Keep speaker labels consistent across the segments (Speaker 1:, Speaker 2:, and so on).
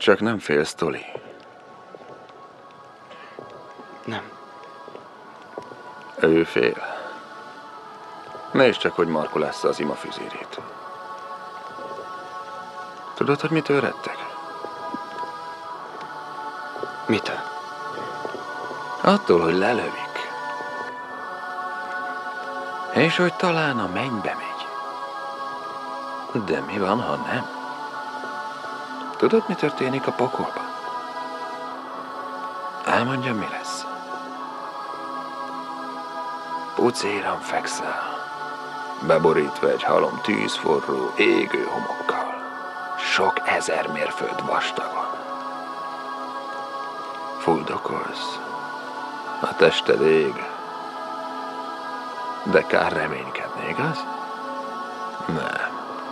Speaker 1: Csak nem félsz, Toli?
Speaker 2: Nem.
Speaker 1: Ő fél. Nézd csak, hogy markolásza az imafüzérét. Tudod, hogy mitől retteg?
Speaker 2: Mitől?
Speaker 1: Attól, hogy lelövik. És hogy talán a mennybe megy. De mi van, ha nem? Tudod, mi történik a pokolban? Elmondjam, mi lesz. Pucéran fekszel, beborítva egy halom tűzforró, égő homokkal, sok ezer mérföld vastagon. Fuldokolsz, a tested ég, de kár reménykedni, igaz? Nem.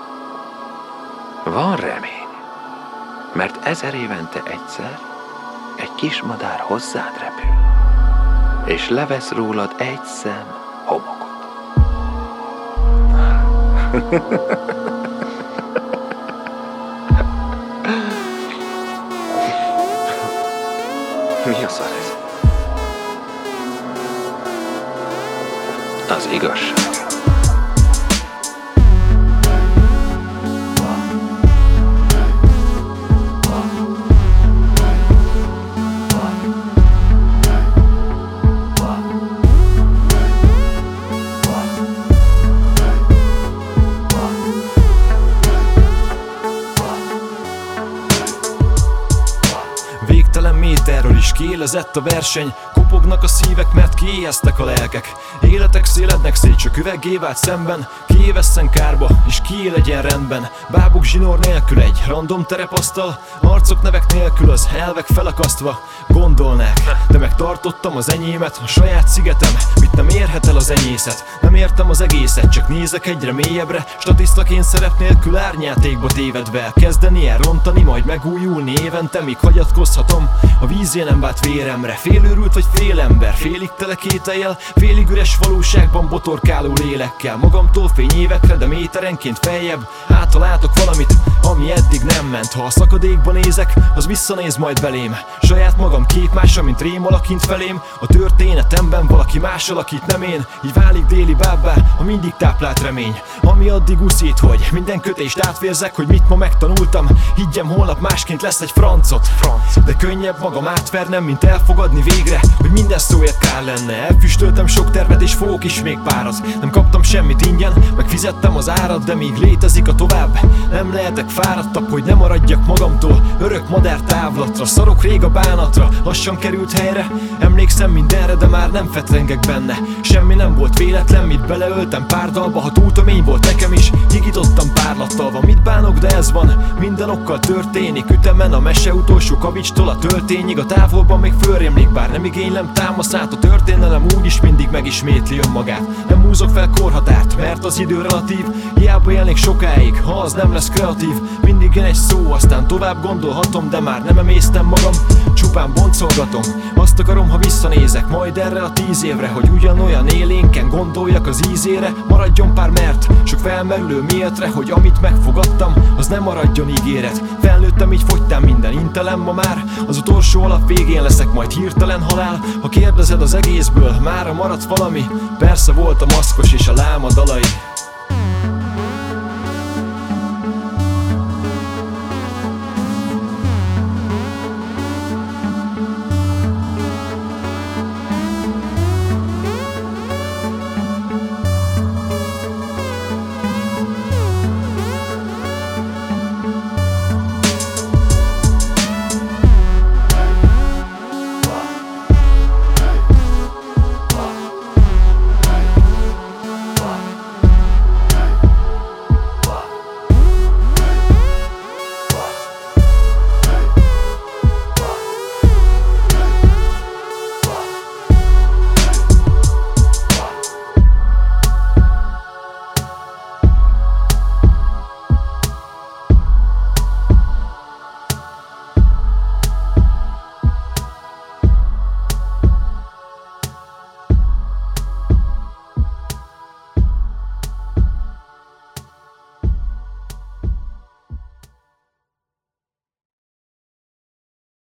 Speaker 1: Van remény, mert 1000 évente egyszer egy kis madár hozzád repül, és levesz rólad egy szem homokot.
Speaker 2: Mi a szar ez?
Speaker 1: Az igazság.
Speaker 3: Végtelen méterről is kiélezett a verseny. Kopognak a szívek, mert kiéheztek a lelkek. Életek szélednek szét, csak üveggé vált szemben. Kiévesszen kárba, és kié legyen rendben. Bábuk zsinór nélkül egy random terepasztal. Arcok nevek nélkül az elvek felakasztva. Gondolnák, de megtartottam az enyémet. A saját szigetem, mit nem érhet el az enyészet. Nem értem az egészet, csak nézek egyre mélyebbre. Statisztaként szerep nélkül árnyátékba tévedve. Kezdeni el rontani, majd megújulni évente, míg hagyatkozhatom a vízé nem vált véremre. Félőrült vagy félember, félig tele kétellyel, félig üres valóságban botorkáló lélekkel. Magamtól fényévekre, de méterenként feljebb átalátok valamit, ami eddig nem ment. Ha a szakadékba nézek, az visszanéz majd belém. Saját magam képmása, mint rém alakint felém. A történetemben valaki más alakít, nem én. Így válik déli bábbá a mindig táplált remény, ami addig uszít, hogy minden kötést átvérzek, hogy mit ma megtanultam. Higgyem, holnap másként lesz egy francot. De könnyebb magam átvernem, mint elfogadni végre, hogy minden szóért kár lenne. Elfüstöltem sok tervet és fogok is még párat. Nem kaptam semmit ingyen, megfizettem az árat, de még létezik a tovább. Nem lehetek fáradtabb, hogy ne maradjak magamtól örök madár távlatra. Szarok rég a bánatra, lassan került helyre. Emlékszem mindenre, de már nem fetrengek benne. Semmi nem volt véletlen, mit beleöltem pár dalba. Ha túltömény volt nekem is, higítottam párlattal. Van mit bánok, de ez van, minden okkal történik. Ütemen a mese utolsó kavicstól a töltényig. A távolban még fölrémlik, bár nem igénylem támaszát. A történelem úgyis mindig megismétli önmagát. Nem húzok fel korhatárt, mert az idő relatív. Hiába élnék sokáig, ha az nem lesz kreatív. Mindig jön egy szó, aztán tovább gondolhatom, de már nem emésztem magam, csupán boncolgatom. Azt akarom, ha visszanézek majd erre a 10 évre, hogy ugyanolyan élénken gondoljak az ízére. Maradjon pár mert, sok felmerülő méltre, hogy amit megfogadtam, az nem maradjon ígéret. Felnőttem, így fogytán minden intelem ma már. Az utolsó alap végén leszek majd hirtelen halál. Ha kérdezed az egészből, mára maradt valami? Persze volt a maszkos és a láma dalai.